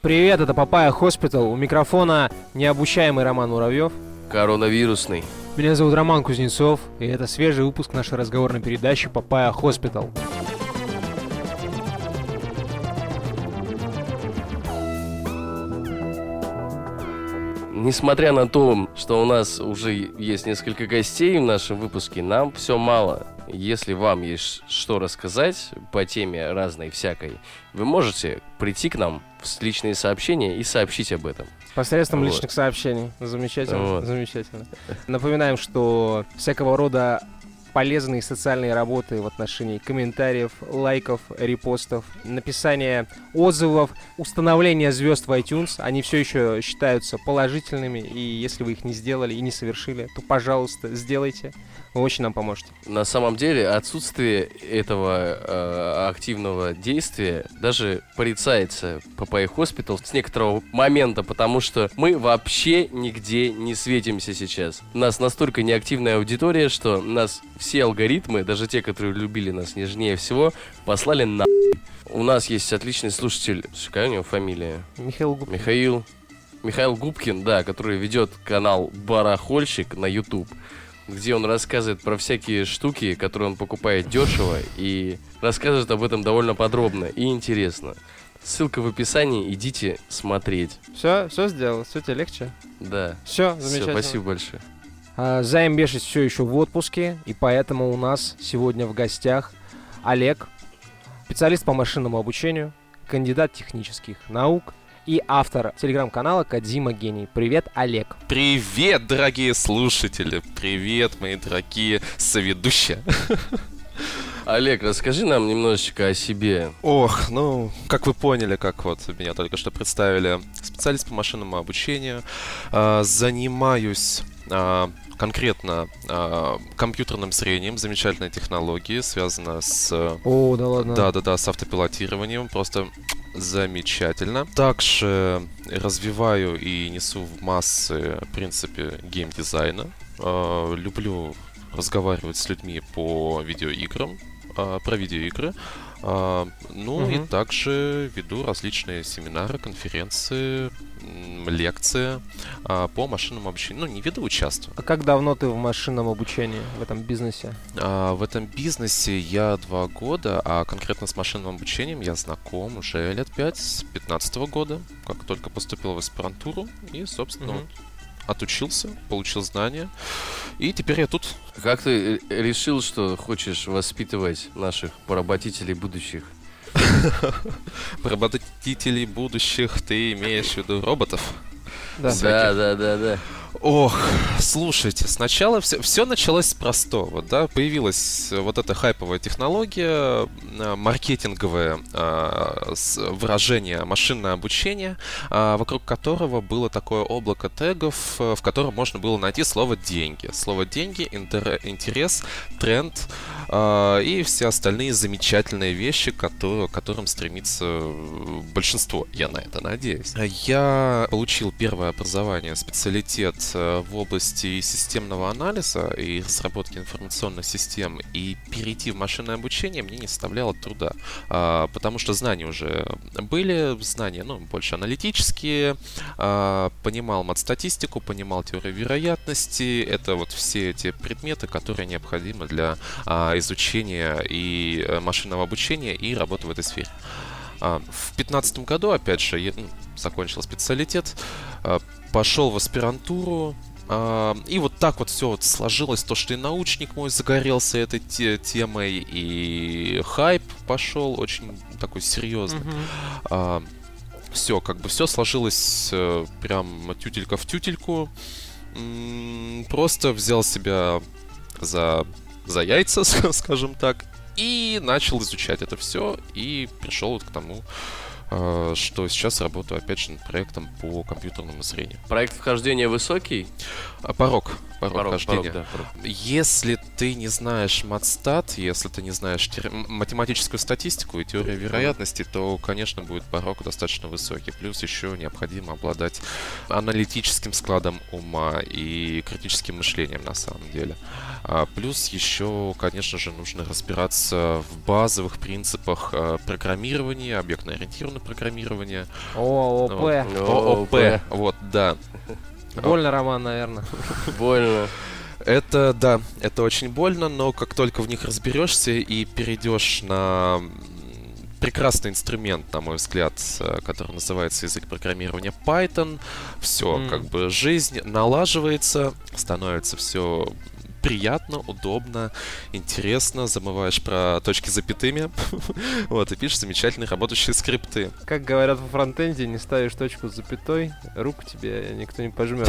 Привет, это Papaya Hospital. У микрофона необучаемый Роман Муравьев. Коронавирусный. Меня зовут Роман Кузнецов, и это свежий выпуск нашей разговорной передачи Papaya Hospital. Несмотря на то, что у нас уже есть несколько гостей в нашем выпуске, нам все мало. Если вам есть что рассказать по теме разной всякой, вы можете прийти к нам в личные сообщения и сообщить об этом. Посредством личных сообщений. Замечательно, замечательно. Напоминаем, что всякого рода полезные социальные работы в отношении комментариев, лайков, репостов, написания отзывов, установления звезд в iTunes, они все еще считаются положительными, и если вы их не сделали и не совершили, то, пожалуйста, сделайте. Вы очень нам поможете. На самом деле, отсутствие этого активного действия даже порицается Papaya Hospital с некоторого момента, потому что мы вообще нигде не светимся сейчас. У нас настолько неактивная аудитория, что нас все алгоритмы, даже те, которые любили нас нежнее всего, послали на. У нас есть отличный слушатель, какая у него фамилия? Михаил Губкин. Михаил Губкин, да, который ведет канал «Барахольщик» на YouTube, где он рассказывает про всякие штуки, которые он покупает дешево, и рассказывает об этом довольно подробно и интересно. Ссылка в описании, идите смотреть. Все сделал? Все тебе легче? Да. Все, замечательно. Спасибо большое. Займ Бешич все еще в отпуске, и поэтому у нас сегодня в гостях Олег, специалист по машинному обучению, кандидат технических наук и автор телеграм-канала Кодзима Гений. Привет, Олег. Привет, дорогие слушатели. Привет, мои дорогие соведущие. Олег, расскажи нам немножечко о себе. Ох, как вы поняли, как вот меня только что представили, специалист по машинному обучению, занимаюсь конкретно компьютерным зрением, замечательной технологией, связана с... О, да ладно. Да, с автопилотированием, просто замечательно. Также развиваю и несу в массы принципы геймдизайна. Люблю разговаривать с людьми по видеоиграм, про видеоигры. И также веду различные семинары, конференции, лекции по машинному обучению. Не веду, участвую. А как давно ты в машинном обучении, в этом бизнесе? В этом бизнесе я 2 года, а конкретно с машинным обучением я знаком уже лет 5, с 15 года, как только поступил в аспирантуру. И, собственно, отучился, получил знания, и теперь я тут. Как ты решил, что хочешь воспитывать наших поработителей будущих? Поработителей будущих, ты имеешь в виду роботов? Да. Ох, слушайте, сначала все началось с простого, да, появилась вот эта хайповая технология, маркетинговое выражение машинное обучение, вокруг которого было такое облако тегов, в котором можно было найти слово «деньги». Слово «деньги», интерес, тренд и все остальные замечательные вещи, к которым стремится большинство, я на это надеюсь. Я получил первое образование, специалитет в области системного анализа и разработки информационных систем, и перейти в машинное обучение мне не составляло труда, потому что знания уже были, знания, больше аналитические, понимал матстатистику, понимал теорию вероятности, это вот все эти предметы, которые необходимы для изучения и машинного обучения и работы в этой сфере. В 2015 году, опять же, я закончил специалитет, пошел в аспирантуру, и вот так вот все вот сложилось, то, что и научник мой загорелся этой темой, и хайп пошел очень такой серьезный. Все сложилось прям тютелька в тютельку. Просто взял себя за яйца, скажем так, и начал изучать это все, и пришел вот к тому, что сейчас работаю, опять же, над проектом по компьютерному зрению. Проект вхождения высокий? Порог порог хождения. Если ты не знаешь матстат, если ты не знаешь математическую статистику и теорию вероятности, то, конечно, будет порог достаточно высокий. Плюс еще необходимо обладать аналитическим складом ума и критическим мышлением на самом деле. Плюс еще, конечно же, нужно разбираться в базовых принципах программирования, объектно-ориентированного программирования. ООП. Вот, да. Больно, Роман, наверное. Больно. Это, да, это очень больно, но как только в них разберешься и перейдешь на прекрасный инструмент, на мой взгляд, который называется язык программирования Python, все, как бы жизнь налаживается, становится все приятно, удобно, интересно, замываешь про точки с запятыми, вот, и пишешь замечательные работающие скрипты. Как говорят во фронтенде, не ставишь точку с запятой, руку тебе никто не пожмет.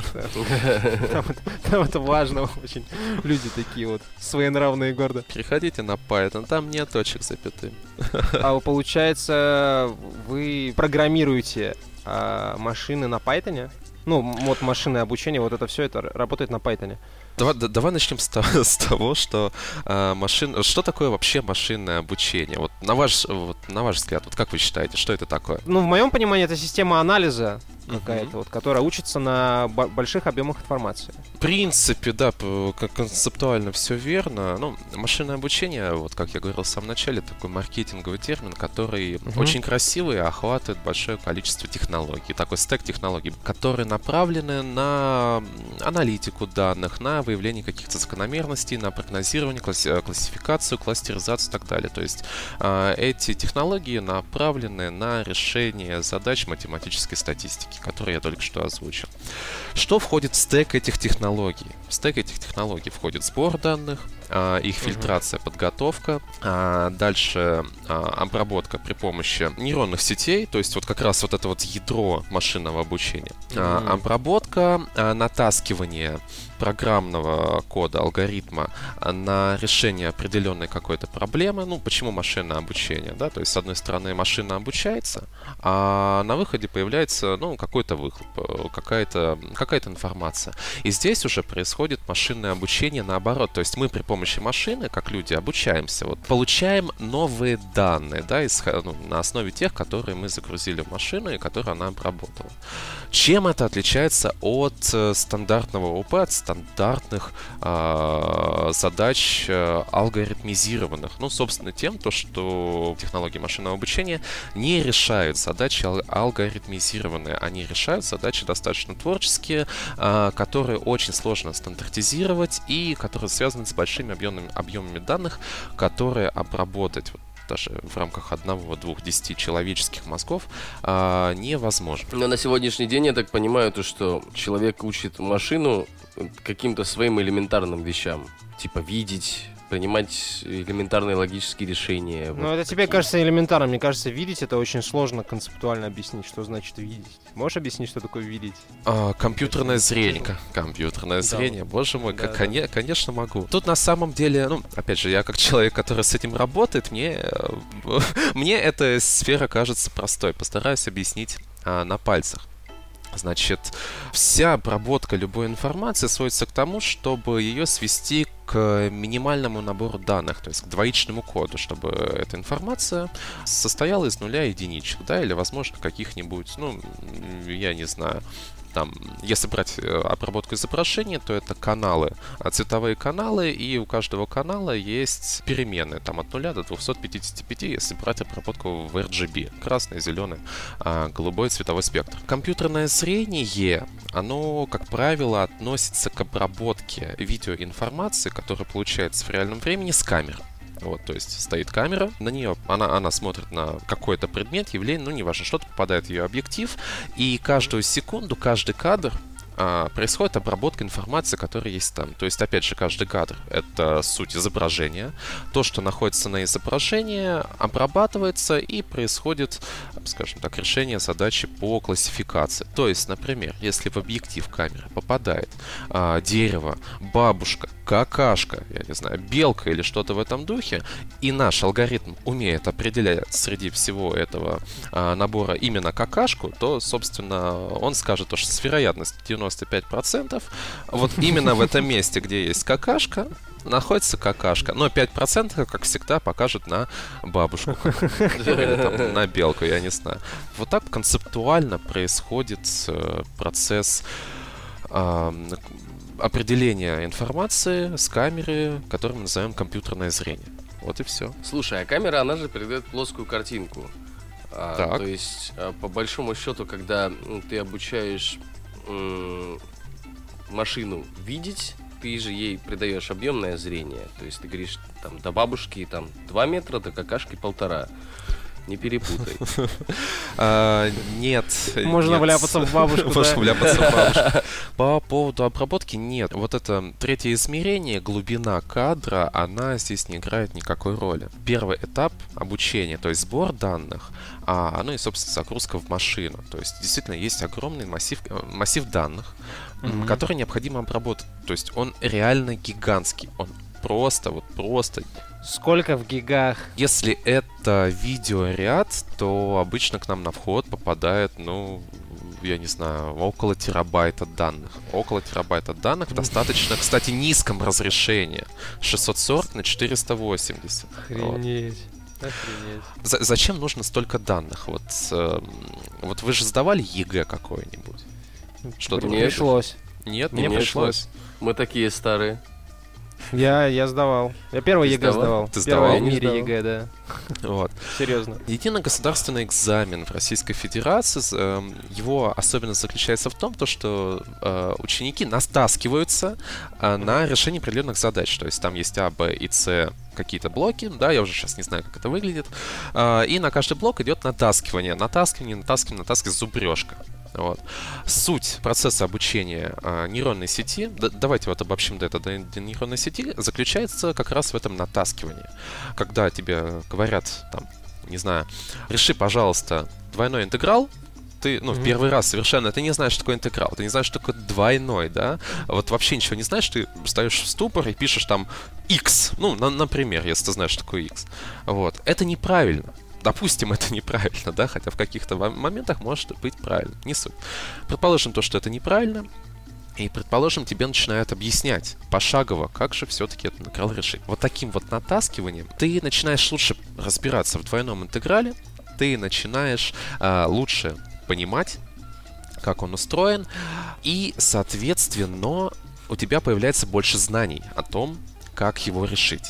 Там это важно очень. Люди такие вот своенравные и гордо. Переходите на Python, там нет точек с запятыми. А получается, вы программируете машины на Python? Ну, вот машинное обучение, вот это все это работает на Python. Давай начнем с того, что что такое вообще машинное обучение? Вот на ваш взгляд, вот как вы считаете, что это такое? Ну, в моем понимании, это система анализа какая-то, вот, которая учится на больших объемах информации. В принципе, да, концептуально все верно. Ну, машинное обучение, вот как я говорил в самом начале, такой маркетинговый термин, который очень красивый и охватывает большое количество технологий. Такой стек технологий, которые направлены на аналитику данных, на выявление каких-то закономерностей, на прогнозирование, классификацию, кластеризацию и так далее. То есть эти технологии направлены на решение задач математической статистики, которые я только что озвучил. Что входит в стек этих технологий? В стек этих технологий входит сбор данных, их фильтрация, подготовка, дальше обработка при помощи нейронных сетей, то есть вот как раз вот это вот ядро машинного обучения, обработка, натаскивание программного кода, алгоритма на решение определенной какой-то проблемы. Ну, почему машинное обучение, да? То есть, с одной стороны, машина обучается, а на выходе появляется, ну, какой-то выхлоп, какая-то информация. И здесь уже происходит машинное обучение наоборот. То есть, мы при помощи машины, как люди, обучаемся, вот, получаем новые данные, да, на основе тех, которые мы загрузили в машину и которые она обработала. Чем это отличается от стандартного ОП, от стандартных задач алгоритмизированных? Ну, собственно, тем, что технологии машинного обучения не решают задачи алгоритмизированные. Они решают задачи достаточно творческие, которые очень сложно стандартизировать и которые связаны с большими объемами данных, которые обработать даже в рамках 1-2-10 человеческих мозгов невозможно. Но на сегодняшний день, я так понимаю, то, что человек учит машину каким-то своим элементарным вещам. Типа видеть, принимать элементарные логические решения. Ну, это тебе кажется элементарно. Мне кажется, видеть — это очень сложно концептуально объяснить, что значит видеть. Можешь объяснить, что такое видеть? Компьютерное зрение. Компьютерное зрение, боже мой, конечно могу. Тут на самом деле, ну, опять же, я как человек, который с этим работает, мне эта сфера кажется простой. Постараюсь объяснить на пальцах. Значит, вся обработка любой информации сводится к тому, чтобы ее свести к минимальному набору данных, то есть к двоичному коду, чтобы эта информация состояла из нуля и единичек, да, или, возможно, каких-нибудь, ну, я не знаю, там, если брать обработку изображения, то это каналы, цветовые каналы, и у каждого канала есть переменные, там, от 0 до 255, если брать обработку в RGB, красный, зеленый, голубой цветовой спектр. Компьютерное зрение, оно, как правило, относится к обработке видеоинформации, которая получается в реальном времени с камер. Вот, то есть стоит камера, на нее она смотрит на какой-то предмет, явление, ну неважно, что-то попадает в ее объектив, и каждую секунду, каждый кадр происходит обработка информации, которая есть там. То есть, опять же, каждый кадр — это суть изображения. То, что находится на изображении, обрабатывается и происходит, скажем так, решение задачи по классификации. То есть, например, если в объектив камеры попадает дерево, бабушка, какашка, я не знаю, белка или что-то в этом духе, и наш алгоритм умеет определять среди всего этого набора именно какашку, то, собственно, он скажет, что с вероятностью 95%, вот именно в этом месте, где есть какашка, находится какашка. Но 5%, как всегда, покажут на бабушку. Или там на белку, я не знаю. Вот так концептуально происходит процесс определения информации с камеры, которую мы называем компьютерное зрение. Вот и все. Слушай, а камера, она же передает плоскую картинку. Так. То есть, по большому счету, когда ты обучаешь машину видеть, ты же ей придаешь объемное зрение. То есть ты говоришь, там, до бабушки там 2 метра, до какашки 1,5. Не перепутай. Нет. Можно вляпаться в бабушку, Можно вляпаться в бабушку. По поводу обработки нет. Вот это третье измерение, глубина кадра, она здесь не играет никакой роли. Первый этап обучения, то есть сбор данных, ну и, собственно, загрузка в машину. То есть действительно есть огромный массив данных, который необходимо обработать. То есть он реально гигантский. Он просто. Сколько в гигах? Если это видеоряд, то обычно к нам на вход попадает, я не знаю, около терабайта данных. Около терабайта данных в достаточно, кстати, низком разрешении. 640 на 480. Охренеть. Зачем нужно столько данных? Вот вы же сдавали ЕГЭ какое-нибудь? Что-то пришлось. Нет, мне не пришлось. Мы такие старые. Я сдавал. Я первый ЕГЭ сдавал. Ты сдавал? Первый в мире ЕГЭ, да. Вот. Серьезно. Единый государственный экзамен в Российской Федерации, его особенность заключается в том, что ученики настаскиваются на решение определенных задач. То есть там есть А, Б и С какие-то блоки, да, я уже сейчас не знаю, как это выглядит. И на каждый блок идет натаскивание, зубрежка. Вот. Суть процесса обучения нейронной сети, давайте вот обобщим до нейронной сети, заключается как раз в этом натаскивании. Когда тебе говорят, там, не знаю, реши, пожалуйста, двойной интеграл, ты, в первый раз совершенно, ты не знаешь, что такое интеграл, ты не знаешь, что такое двойной, да, вот вообще ничего не знаешь, ты встаешь в ступор и пишешь там x, например, если ты знаешь, что такое x. Вот. Это неправильно. Допустим, это неправильно, да, хотя в каких-то моментах может быть правильно, не суть. Предположим что это неправильно, и, предположим, тебе начинают объяснять пошагово, как же все-таки этот интеграл решить. Вот таким вот натаскиванием ты начинаешь лучше разбираться в двойном интеграле, ты начинаешь лучше понимать, как он устроен, и, соответственно, у тебя появляется больше знаний о том, как его решить.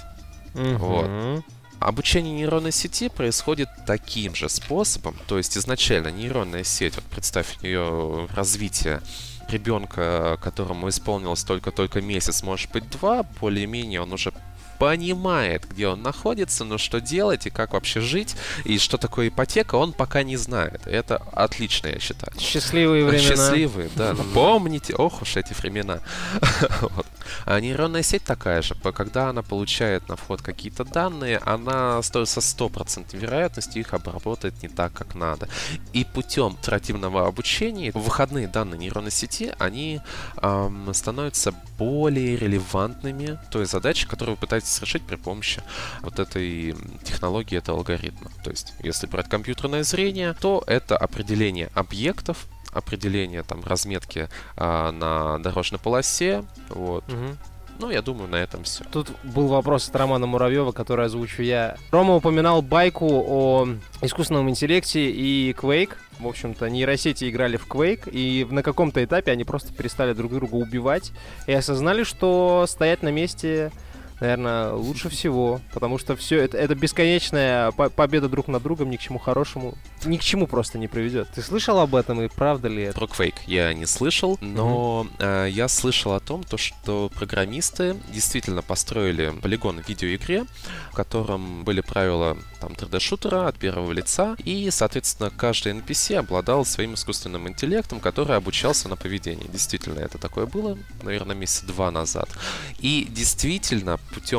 Вот. Обучение нейронной сети происходит таким же способом, то есть изначально нейронная сеть, вот представь ее развитие ребенка, которому исполнилось только месяц, может быть 2, более-менее он уже понимает, где он находится, но что делать и как вообще жить, и что такое ипотека, он пока не знает. Это отлично, я считаю. Счастливые времена. Счастливые, да. Помните, ох уж эти времена. Вот. А нейронная сеть такая же. Когда она получает на вход какие-то данные, она со 100% вероятностью их обработает не так, как надо. И путем итеративного обучения выходные данные нейронной сети, они становятся более релевантными той задачи, которую вы пытаетесь решить при помощи вот этой технологии, этого алгоритма. То есть, если брать компьютерное зрение, то это определение объектов, определение там разметки на дорожной полосе, вот. Я думаю, на этом все. Тут был вопрос от Романа Муравьева, который озвучу я. Рома упоминал байку о искусственном интеллекте и Quake. В общем-то, нейросети играли в Quake, и на каком-то этапе они просто перестали друг друга убивать и осознали, что стоять на месте, наверное, лучше всего, потому что все это бесконечная победа друг над другом ни к чему хорошему, ни к чему просто не приведет. Ты слышал об этом, и правда ли это? Про Quake я не слышал, но я слышал о том, что программисты действительно построили полигон в видеоигре, в котором были правила там 3D-шутера от первого лица, и, соответственно, каждый NPC обладал своим искусственным интеллектом, который обучался на поведении. Действительно, это такое было, наверное, месяца 2 назад. И действительно,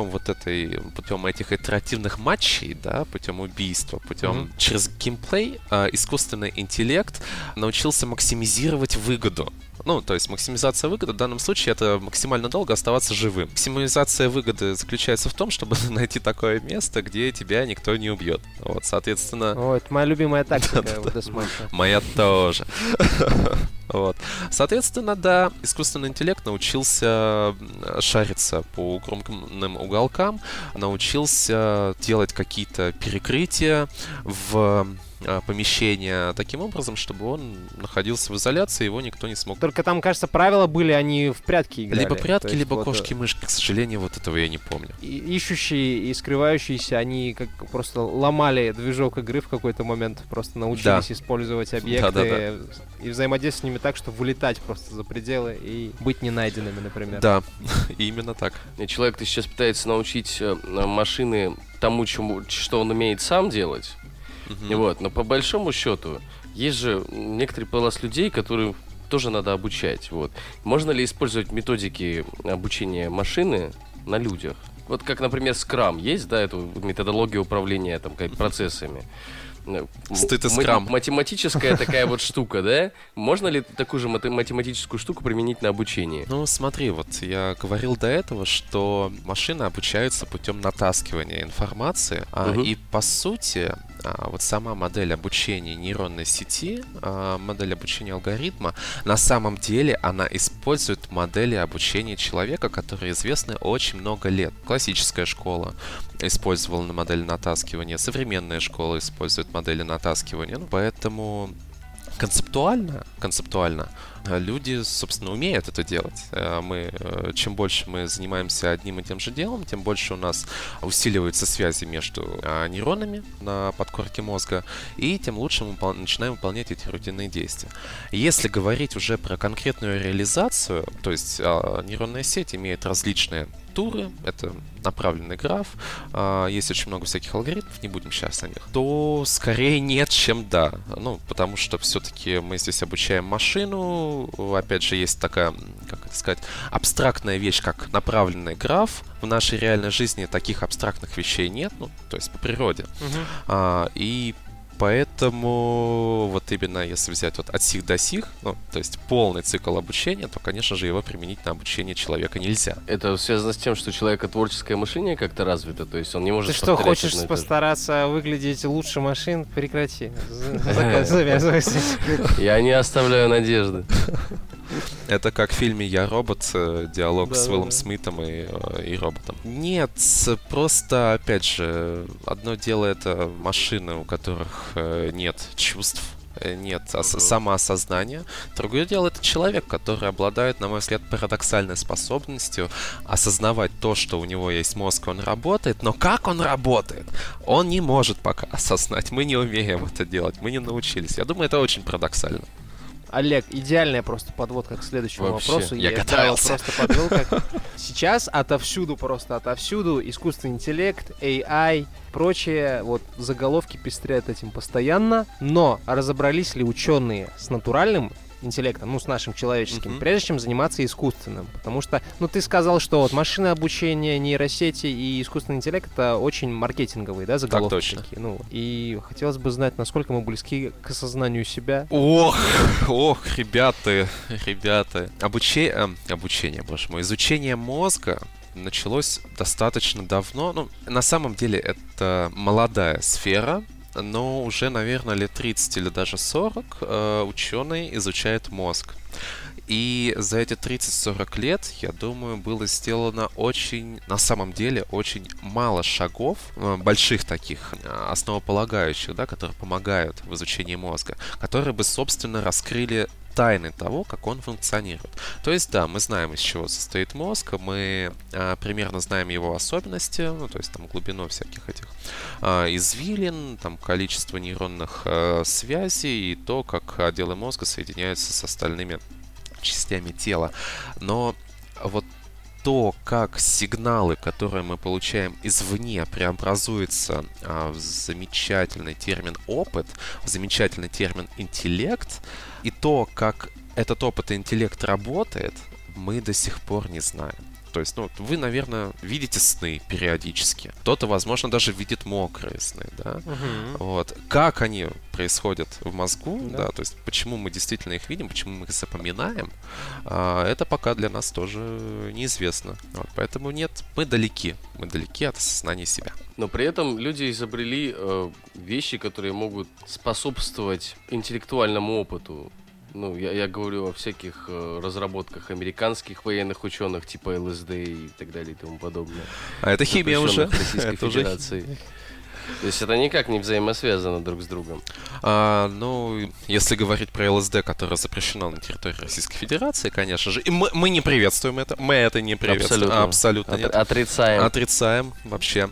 путем этих итеративных матчей, да, путем убийства, через геймплей, искусственный интеллект научился максимизировать выгоду. То есть максимизация выгоды в данном случае это максимально долго оставаться живым. Максимизация выгоды заключается в том, чтобы найти такое место, где тебя никто не убьет. Вот, соответственно... О, это моя любимая тактика в десматче. Моя тоже. Вот. Соответственно, да, искусственный интеллект научился шариться по укромным уголкам, научился делать какие-то перекрытия в помещения таким образом, чтобы он находился в изоляции, его никто не смог. Только там, кажется, правила были, они в прятки играли. Либо прятки, либо вот кошки-мышки. К сожалению, вот этого я не помню. Ищущие и скрывающиеся, они как просто ломали движок игры в какой-то момент, просто научились использовать объекты и взаимодействовать с ними так, чтобы вылетать просто за пределы и быть не найденными, например. Да, именно так. И человек-то сейчас пытается научить машины тому, что он умеет сам делать. Вот, но по большому счету есть же некоторый пласт людей, которым тоже надо обучать. Вот. Можно ли использовать методики обучения машины на людях? Вот как, например, Scrum есть, да, эту методологию управления там, процессами. Стыд и скрам. Математическая такая вот штука, да? Можно ли такую же математическую штуку применить на обучение? Ну, смотри, вот я говорил до этого, что машины обучаются путем натаскивания информации, и по сути вот сама модель обучения нейронной сети, модель обучения алгоритма, на самом деле она использует модели обучения человека, которые известны очень много лет. Классическая школа использовала модели натаскивания, современная школа использует модели натаскивания, поэтому концептуально люди, собственно, умеют это делать. Чем больше мы занимаемся одним и тем же делом, тем больше у нас усиливаются связи между нейронами на подкорке мозга, и тем лучше мы начинаем выполнять эти рутинные действия. Если говорить уже про конкретную реализацию, то есть нейронная сеть имеет различные туры, это направленный граф, есть очень много всяких алгоритмов, не будем сейчас о них, то скорее нет, чем да. Потому что все-таки мы здесь обучаем машину, опять же, есть такая, как это сказать, абстрактная вещь, как направленный граф. В нашей реальной жизни таких абстрактных вещей нет, то есть по природе. И поэтому вот именно если взять вот от сих до сих, то есть полный цикл обучения, то, конечно же, его применить на обучение человека нельзя. Это связано с тем, что у человека творческое мышление как-то развито, то есть он не может... Ты что, хочешь постараться выглядеть лучше машин? Прекрати. Завязывайся. Я не оставляю надежды. Это как в фильме «Я робот», диалог с Уиллом Смитом и роботом. Нет, просто, опять же, одно дело это машины, у которых нет чувств, нет самоосознания. Другое дело это человек, который обладает, на мой взгляд, парадоксальной способностью осознавать то, что у него есть мозг, он работает, но как он работает, он не может пока осознать. Мы не умеем это делать, мы не научились. Я думаю, это очень парадоксально. Олег, идеальная просто подводка к следующему вопросу. Я готовился. Просто подвел, как сейчас отовсюду искусственный интеллект, AI, прочие вот заголовки пестрят этим постоянно. Но разобрались ли ученые с натуральным интеллектом, с нашим человеческим, прежде чем заниматься искусственным? Потому что, ты сказал, что вот машинное обучение, нейросети и искусственный интеллект — это очень маркетинговые, да, заголовки? Так точно. Такие. И хотелось бы знать, насколько мы близки к осознанию себя. Ох, ребята. Обучение, боже мой, изучение мозга началось достаточно давно. На самом деле это молодая сфера, но уже, наверное, лет 30 или даже 40 ученые изучают мозг. И за эти 30-40 лет, я думаю, было сделано на самом деле, очень мало шагов, больших таких, основополагающих, да, которые помогают в изучении мозга, которые бы, собственно, раскрыли тайны того, как он функционирует. То есть, да, мы знаем, из чего состоит мозг, мы примерно знаем его особенности, то есть там глубину всяких этих извилин, там количество нейронных связей и то, как отделы мозга соединяются с остальными частями тела. Но вот то, как сигналы, которые мы получаем извне, преобразуются в замечательный термин «опыт», в замечательный термин «интеллект», и то, как этот опыт и интеллект работает, мы до сих пор не знаем. То есть, вы, наверное, видите сны периодически. Кто-то, возможно, даже видит мокрые сны, да? Вот. Как они происходят в мозгу, да, то есть почему мы действительно их видим, почему мы их запоминаем, это пока для нас тоже неизвестно. Вот. Поэтому нет, мы далеки от осознания себя. Но при этом люди изобрели вещи, которые могут способствовать интеллектуальному опыту. Ну, я говорю о всяких разработках американских военных ученых, типа ЛСД и так далее и тому подобное. А это химия уже. Российской Это уже Федерации. То есть это никак не взаимосвязано друг с другом. Ну, если говорить про ЛСД, которое запрещено на территории Российской Федерации, конечно же, и мы не приветствуем это, мы это не приветствуем. Абсолютно нет. Отрицаем. Отрицаем вообще.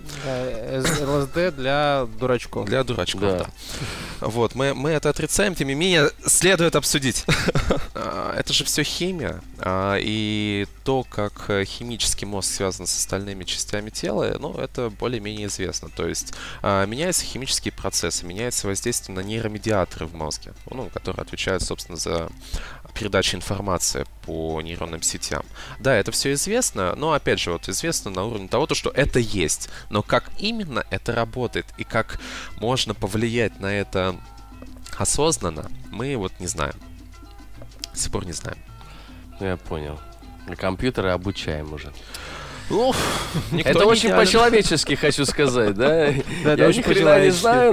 ЛСД для дурачков. Для дурачков, Да. да. Вот, мы это отрицаем, тем не менее, следует обсудить. Это же все химия, и то, как химический мозг связан с остальными частями тела, ну, это более-менее известно. То есть меняются химические процессы, меняется воздействие на нейромедиаторы в мозге, ну, которые отвечают, собственно, за передачу информации по нейронным сетям. Да, это все известно, но, опять же, вот известно на уровне того, что это есть. Но как именно это работает и как можно повлиять на это осознанно, мы вот не знаем. До сих пор не знаем. Я понял. Компьютеры обучаем уже. Ну, это очень по-человечески, хочу сказать, да? Это очень ни хрена не по-человечески. знаю,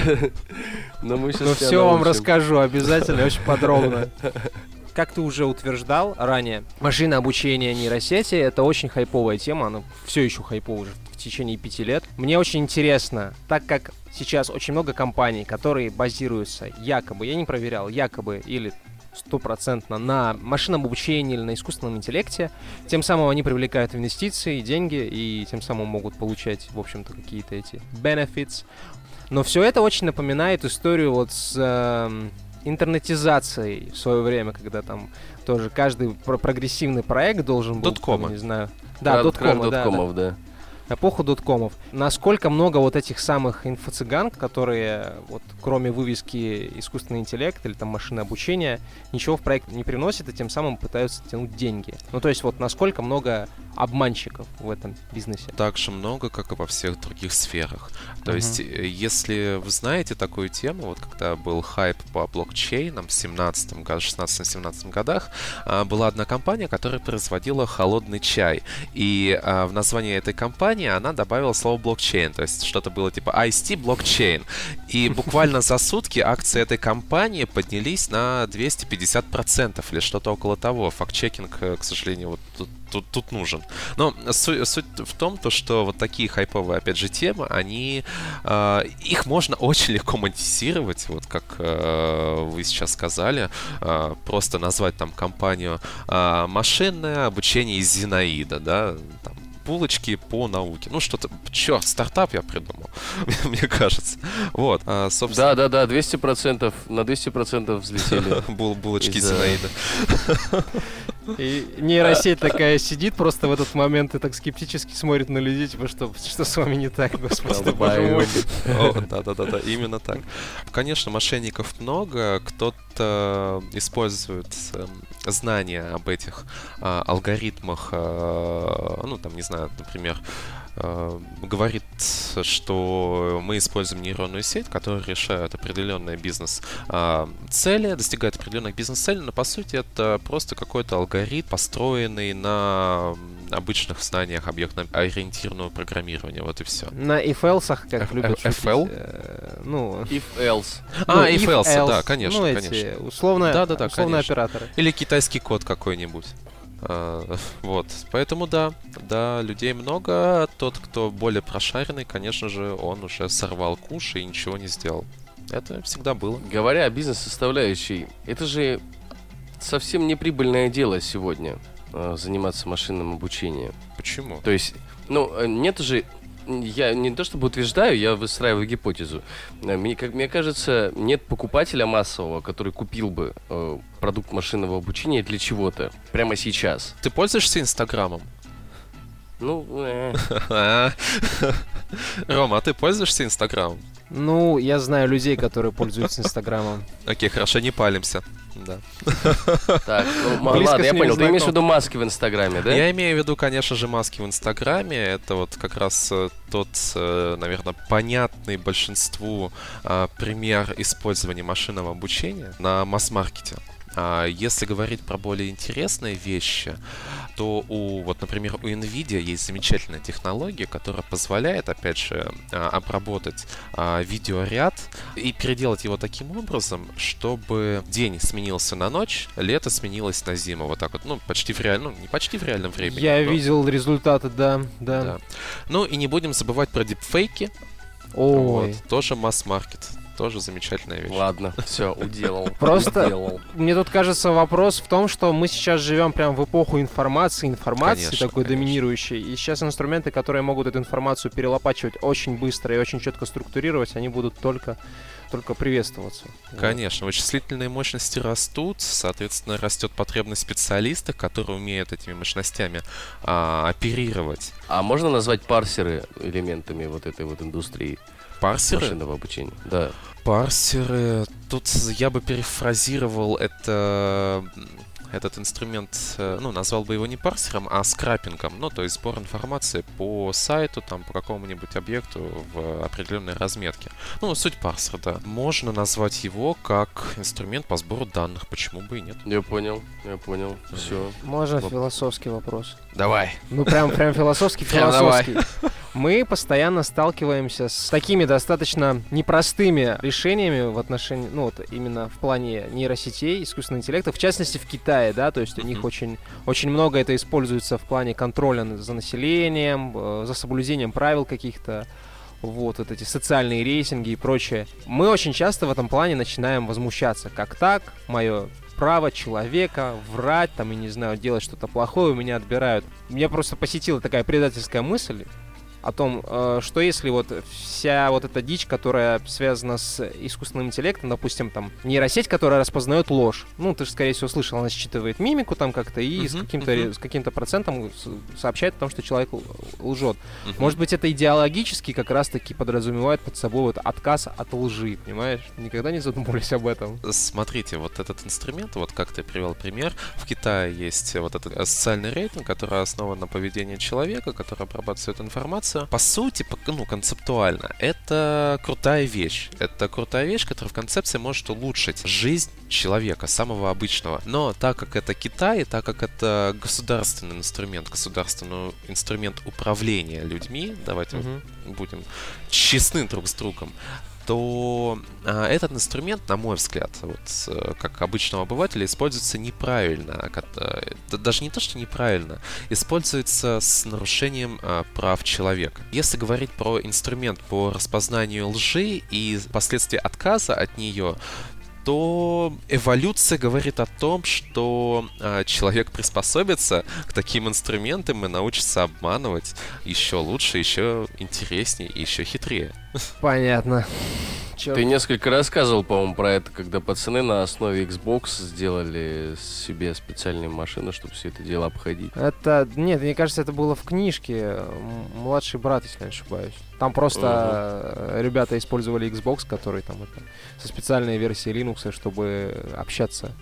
но мы сейчас Ну все вам расскажу обязательно, очень подробно. Как ты уже утверждал ранее, машинное обучение нейросети — это очень хайповая тема, она все еще хайповая уже в течение 5 лет. Мне очень интересно, так как сейчас очень много компаний, которые базируются якобы, я не проверял, якобы или 100% на машинном обучении или на искусственном интеллекте, тем самым они привлекают инвестиции, деньги, и тем самым могут получать, в общем-то, какие-то эти benefits. Но все это очень напоминает историю вот с интернетизацией в свое время, когда там тоже каждый прогрессивный проект должен был... Доткома. Не знаю. Да, доткомов, да. Эпоху доткомов. Насколько много вот этих самых инфо-цыган, которые вот кроме вывески искусственный интеллект или там машинное обучение ничего в проект не приносят и тем самым пытаются тянуть деньги. Ну то есть вот насколько много обманщиков в этом бизнесе. Так же много, как и во всех других сферах. То есть, если вы знаете такую тему, вот когда был хайп по блокчейнам в 16-17 годах, была одна компания, которая производила холодный чай. И в названии этой компании она добавила слово блокчейн. То есть, что-то было типа Ice Tea блокчейн. И буквально за сутки акции этой компании поднялись на 250% или что-то около того. Факт-чекинг, к сожалению, вот тут нужен. Но суть в том, что вот такие хайповые, опять же, темы, они их можно очень легко монетизировать, вот как вы сейчас сказали, просто назвать там компанию «Машинное обучение из Зинаида», да, там, булочки по науке. Ну, что-то... Черт, стартап я придумал, мне кажется. Вот, собственно... Да, 200%, на 200% взлетели. Булочки Зинаида. И нейросеть такая сидит просто в этот момент и так скептически смотрит на людей, типа, что с вами не так, господи, боже мой. Да, именно так. Конечно, мошенников много, кто-то использует знания об этих алгоритмах, ну, там, не знаю, например, говорит, что мы используем нейронную сеть, которая решает определенные бизнес-цели, достигает определенных бизнес-целей, но по сути это просто какой-то алгоритм, построенный на обычных знаниях объектно-ориентированного программирования, вот и все. На if-else, как любят шутить. If-else? If-else, да, конечно, ну, конечно. эти условные операторы. Или китайский код какой-нибудь. Вот, поэтому да, людей много. Тот, кто более прошаренный, конечно же, он уже сорвал куш и ничего не сделал. Это всегда было. Говоря о бизнес-составляющей, это же совсем не прибыльное дело сегодня заниматься машинным обучением. Почему? То есть, нет же... Я не то чтобы утверждаю, я выстраиваю гипотезу. Мне кажется, нет покупателя массового, который купил бы продукт машинного обучения для чего-то прямо сейчас. Ты пользуешься Инстаграмом? Рома, а ты пользуешься Инстаграмом? Ну, я знаю людей, которые пользуются Инстаграмом. Окей, хорошо, не палимся. Да. Так, ладно, я понял. Ты имеешь в виду маски в Инстаграме, да? Я имею в виду, конечно же, маски в Инстаграме. Это вот как раз тот, наверное, понятный большинству пример использования машинного обучения на масс-маркете. Если говорить про более интересные вещи, то например, у NVIDIA есть замечательная технология, которая позволяет, опять же, обработать видеоряд и переделать его таким образом, чтобы день сменился на ночь, лето сменилось на зиму. Вот так вот, почти в реальном, не почти в реальном времени. Я видел результаты, да. Ну и не будем забывать про дипфейки. Ой. Тоже масс-маркет. Тоже замечательная вещь. Ладно, все, уделал. Просто мне тут кажется вопрос в том, что мы сейчас живем прям в эпоху информации такой доминирующей. И сейчас инструменты, которые могут эту информацию перелопачивать очень быстро и очень четко структурировать, они будут только приветствоваться. Конечно, вычислительные мощности растут, соответственно, растет потребность в специалистах, которые умеют этими мощностями оперировать. А можно назвать парсеры элементами вот этой вот индустрии? Парсеры? Машинного обучения, да. Парсеры. Тут я бы перефразировал этот инструмент, назвал бы его не парсером, а скрапингом. То есть сбор информации по сайту, по какому-нибудь объекту в определенной разметке. Суть парсера, да. Можно назвать его как инструмент по сбору данных. Почему бы и нет? Я понял. Все. Можно философский вопрос? Давай. Прям философский. Мы постоянно сталкиваемся с такими достаточно непростыми решениями в отношении, именно в плане нейросетей, искусственного интеллекта, в частности в Китае, да, то есть у них очень много это используется в плане контроля за населением, за соблюдением правил каких-то, вот эти социальные рейтинги и прочее. Мы очень часто в этом плане начинаем возмущаться. Как так? Мое право человека врать, я не знаю, делать что-то плохое, у меня отбирают. Меня просто посетила такая предательская мысль о том, что если вся эта дичь, которая связана с искусственным интеллектом, допустим, нейросеть, которая распознает ложь. Ты же, скорее всего, слышал, она считывает мимику как-то и с каким-то процентом сообщает о том, что человек лжет. Может быть, это идеологически как раз-таки подразумевает под собой отказ от лжи, понимаешь? Никогда не задумывались об этом. Смотрите, этот инструмент, как ты привел пример, в Китае есть этот социальный рейтинг, который основан на поведении человека, который обрабатывает информацию. По сути, концептуально, это крутая вещь. Это крутая вещь, которая в концепции может улучшить жизнь человека, самого обычного. Но так как это Китай, так как это государственный инструмент управления людьми, давайте будем честны друг с другом, то этот инструмент, на мой взгляд, как обычного обывателя, используется неправильно. Даже не то, что неправильно, используется с нарушением прав человека. Если говорить про инструмент по распознанию лжи и последствия отказа от нее, то эволюция говорит о том, что человек приспособится к таким инструментам и научится обманывать еще лучше, еще интереснее и еще хитрее. Понятно. Ты несколько рассказывал, по-моему, про это, когда пацаны на основе Xbox сделали себе специальные машины, чтобы все это дело обходить. Нет, мне кажется, это было в книжке «Младший брат», если я не ошибаюсь. Там просто ребята использовали Xbox, который со специальной версией Linux, чтобы общаться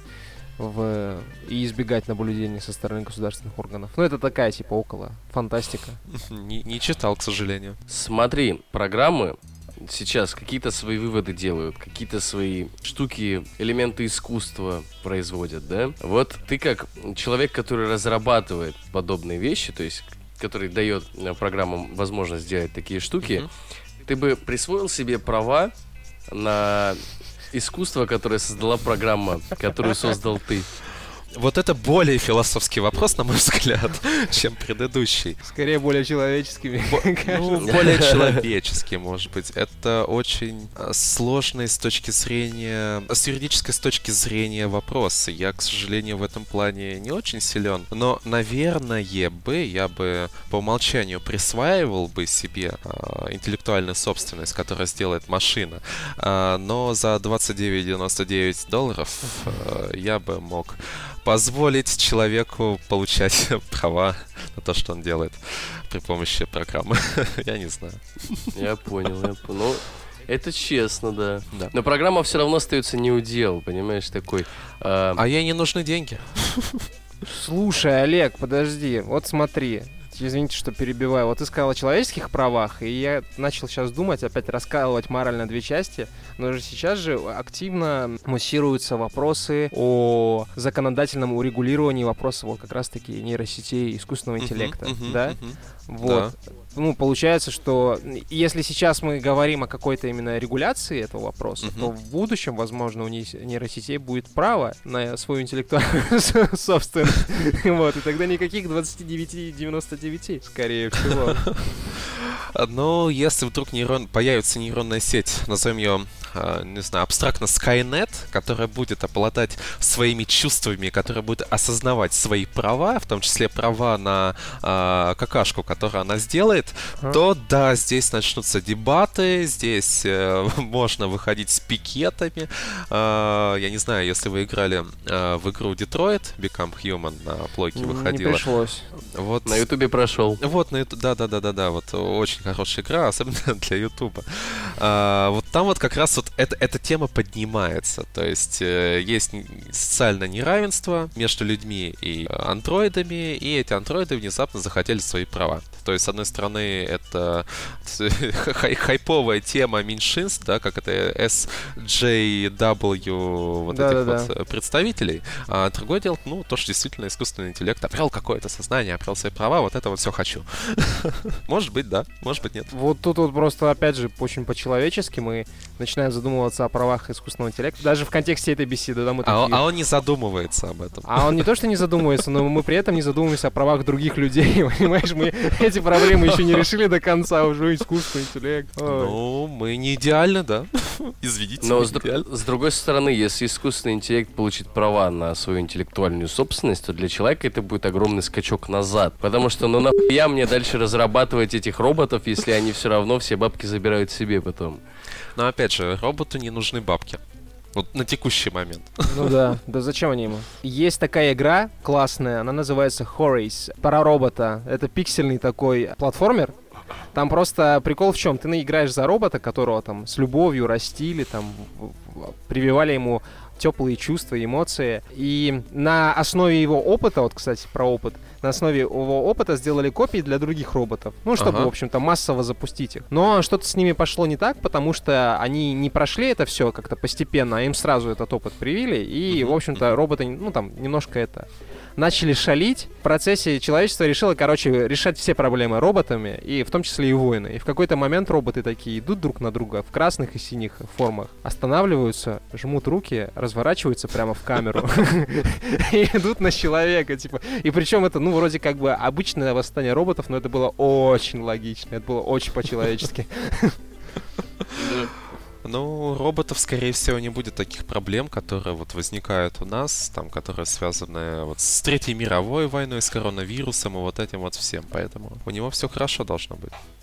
и избегать наблюдений со стороны государственных органов. Это такая, около фантастика. Не читал, к сожалению. Смотри, программы сейчас какие-то свои выводы делают, какие-то свои штуки, элементы искусства производят, да? Вот ты как человек, который разрабатывает подобные вещи, то есть который дает программам возможность сделать такие штуки, ты бы присвоил себе права на искусство, которое создала программа, которую создал ты? Вот это более философский вопрос, на мой взгляд, чем предыдущий. Скорее, более человеческими. Более человеческий, может быть. Это очень сложный с юридической точки зрения вопрос. Я, к сожалению, в этом плане не очень силен. Но, наверное, я бы по умолчанию присваивал бы себе интеллектуальную собственность, которая сделает машина. Но за $29.99 я бы мог позволить человеку получать права на то, что он делает при помощи программы. Я не знаю. Я понял. Ну, это честно, да. Но программа все равно остается неудел, понимаешь, такой. А ей не нужны деньги. Слушай, Олег, подожди. Вот смотри. извините, что перебиваю. Вот ты сказал о человеческих правах, и я начал сейчас думать, опять раскалывать мораль на две части, но же сейчас же активно муссируются вопросы о законодательном урегулировании вопросов вот как раз-таки нейросетей, искусственного интеллекта, да? Вот. Да. Ну, получается, что если сейчас мы говорим о какой-то именно регуляции этого вопроса, то в будущем, возможно, у нейросетей будет право на свою интеллектуальную собственность. Вот, и тогда никаких 29-99, скорее всего. Ну, если вдруг появится нейронная сеть, назовем ее, не знаю, абстрактно Skynet, которая будет обладать своими чувствами, которая будет осознавать свои права, в том числе права на какашку, которую она сделает, то да, здесь начнутся дебаты, здесь можно выходить с пикетами. Я не знаю, если вы играли в игру Detroit Become Human на плойке выходила. Не пришлось. Вот. На Ютубе прошел. Вот, на Ютубе, да, вот очень хорошая игра, особенно для Ютуба. Вот там вот как раз вот эта тема поднимается. То есть есть социальное неравенство между людьми и андроидами, и эти андроиды внезапно захотели свои права. То есть, с одной стороны, это хайповая тема меньшинств, да, как это SJW вот этих вот представителей. А другое дело, ну, то, что действительно искусственный интеллект обрел какое-то сознание, обрел свои права, вот это вот все хочу. Может быть, да, может быть, нет. Вот тут вот просто, опять же, очень по-человечески мы начинаем задумываться о правах искусственного интеллекта, даже в контексте этой беседы. Да, мы а он не задумывается об этом. А он не то, что не задумывается, но мы при этом не задумываемся о правах других людей, понимаешь? Мы эти проблемы еще не решили до конца, уже искусственный интеллект. Ну, мы не идеально, да? Извините. Но с другой стороны, если искусственный интеллект получит права на свою интеллектуальную собственность, то для человека это будет огромный скачок назад. Потому что, ну нахуя мне дальше разрабатывать этих роботов, если они все равно все бабки забирают себе потом? Но опять же, роботу не нужны бабки. Вот на текущий момент. Ну да, зачем они ему? Есть такая игра классная, она называется Horace, про робота. Это пиксельный такой платформер. Там просто прикол в чем? Ты играешь за робота, которого там с любовью растили, там прививали ему теплые чувства, эмоции. И на основе его опыта, вот, кстати, про опыт, на основе его опыта сделали копии для других роботов. Ну, чтобы, в общем-то, массово запустить их. Но что-то с ними пошло не так, потому что они не прошли это все как-то постепенно, а им сразу этот опыт привили. И, в общем-то, роботы, ну, там, немножко начали шалить. В процессе человечество решило, решать все проблемы роботами, и в том числе и войны. И в какой-то момент роботы такие идут друг на друга в красных и синих формах, останавливаются, жмут руки, разворачиваются прямо в камеру и идут на человека, типа. И причем это, ну, вроде как бы обычное восстание роботов, но это было очень логично, это было очень по-человечески. Ну, роботов, скорее всего, не будет таких проблем, которые вот возникают у нас, там, которые связаны вот с Третьей мировой войной, с коронавирусом и вот этим вот всем. Поэтому у него все хорошо должно быть.